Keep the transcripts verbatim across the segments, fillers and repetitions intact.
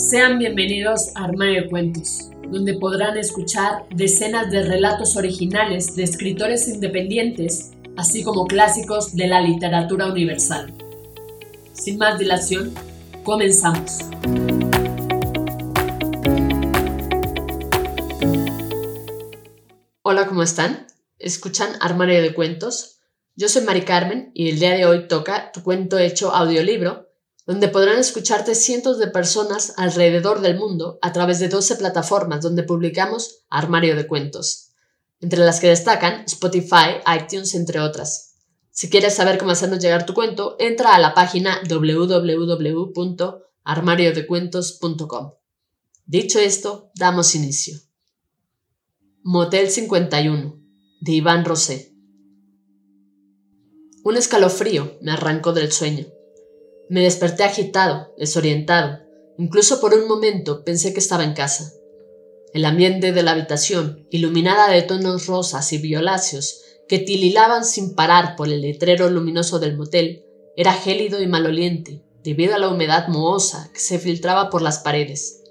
Sean bienvenidos a Armario de Cuentos, donde podrán escuchar decenas de relatos originales de escritores independientes, así como clásicos de la literatura universal. Sin más dilación, comenzamos. Hola, ¿cómo están? ¿Escuchan Armario de Cuentos? Yo soy Mari Carmen y el día de hoy toca Tu Cuento Hecho audiolibro, donde podrán escucharte cientos de personas alrededor del mundo a través de doce plataformas donde publicamos Armario de Cuentos, entre las que destacan Spotify, iTunes, entre otras. Si quieres saber cómo hacernos llegar tu cuento, entra a la página doble u doble u doble u punto armario de cuentos punto com. Dicho esto, damos inicio. Motel cincuenta y uno, de Iván Rosé. Un escalofrío me arrancó del sueño. Me desperté agitado, desorientado. Incluso por un momento pensé que estaba en casa. El ambiente de la habitación, iluminada de tonos rosas y violáceos que tililaban sin parar por el letrero luminoso del motel, era gélido y maloliente, debido a la humedad mohosa que se filtraba por las paredes.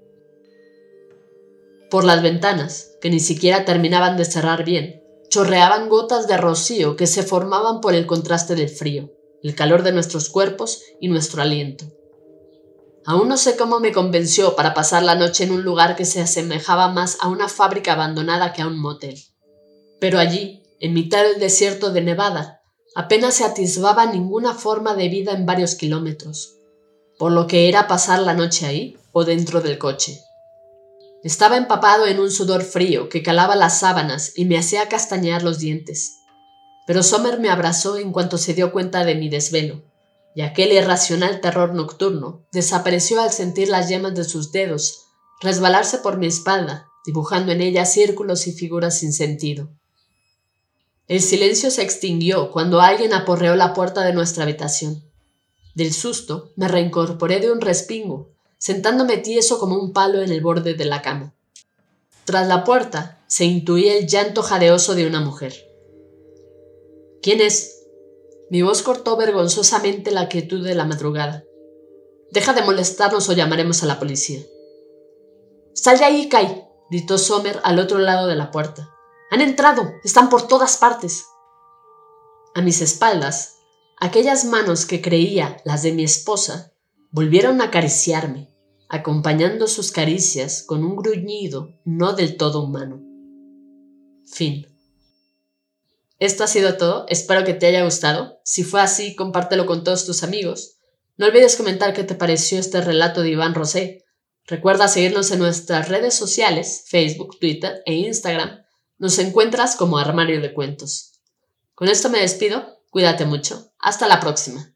Por las ventanas, que ni siquiera terminaban de cerrar bien, chorreaban gotas de rocío que se formaban por el contraste del frío, el calor de nuestros cuerpos y nuestro aliento. Aún no sé cómo me convenció para pasar la noche en un lugar que se asemejaba más a una fábrica abandonada que a un motel. Pero allí, en mitad del desierto de Nevada, apenas se atisbaba ninguna forma de vida en varios kilómetros, por lo que era pasar la noche ahí o dentro del coche. Estaba empapado en un sudor frío que calaba las sábanas y me hacía castañear los dientes. Pero Sommer me abrazó en cuanto se dio cuenta de mi desvelo, y aquel irracional terror nocturno desapareció al sentir las yemas de sus dedos resbalarse por mi espalda, dibujando en ella círculos y figuras sin sentido. El silencio se extinguió cuando alguien aporreó la puerta de nuestra habitación. Del susto me reincorporé de un respingo, sentándome tieso como un palo en el borde de la cama. Tras la puerta se intuía el llanto jadeoso de una mujer. ¿Quién es? Mi voz cortó vergonzosamente la quietud de la madrugada. Deja de molestarnos o llamaremos a la policía. ¡Sal de ahí, Kai!, gritó Sommer al otro lado de la puerta. ¡Han entrado! ¡Están por todas partes! A mis espaldas, aquellas manos que creía las de mi esposa volvieron a acariciarme, acompañando sus caricias con un gruñido no del todo humano. Fin. Esto ha sido todo, espero que te haya gustado. Si fue así, compártelo con todos tus amigos. No olvides comentar qué te pareció este relato de Iván Rosé. Recuerda seguirnos en nuestras redes sociales, Facebook, Twitter e Instagram. Nos encuentras como Armario de Cuentos. Con esto me despido, cuídate mucho. Hasta la próxima.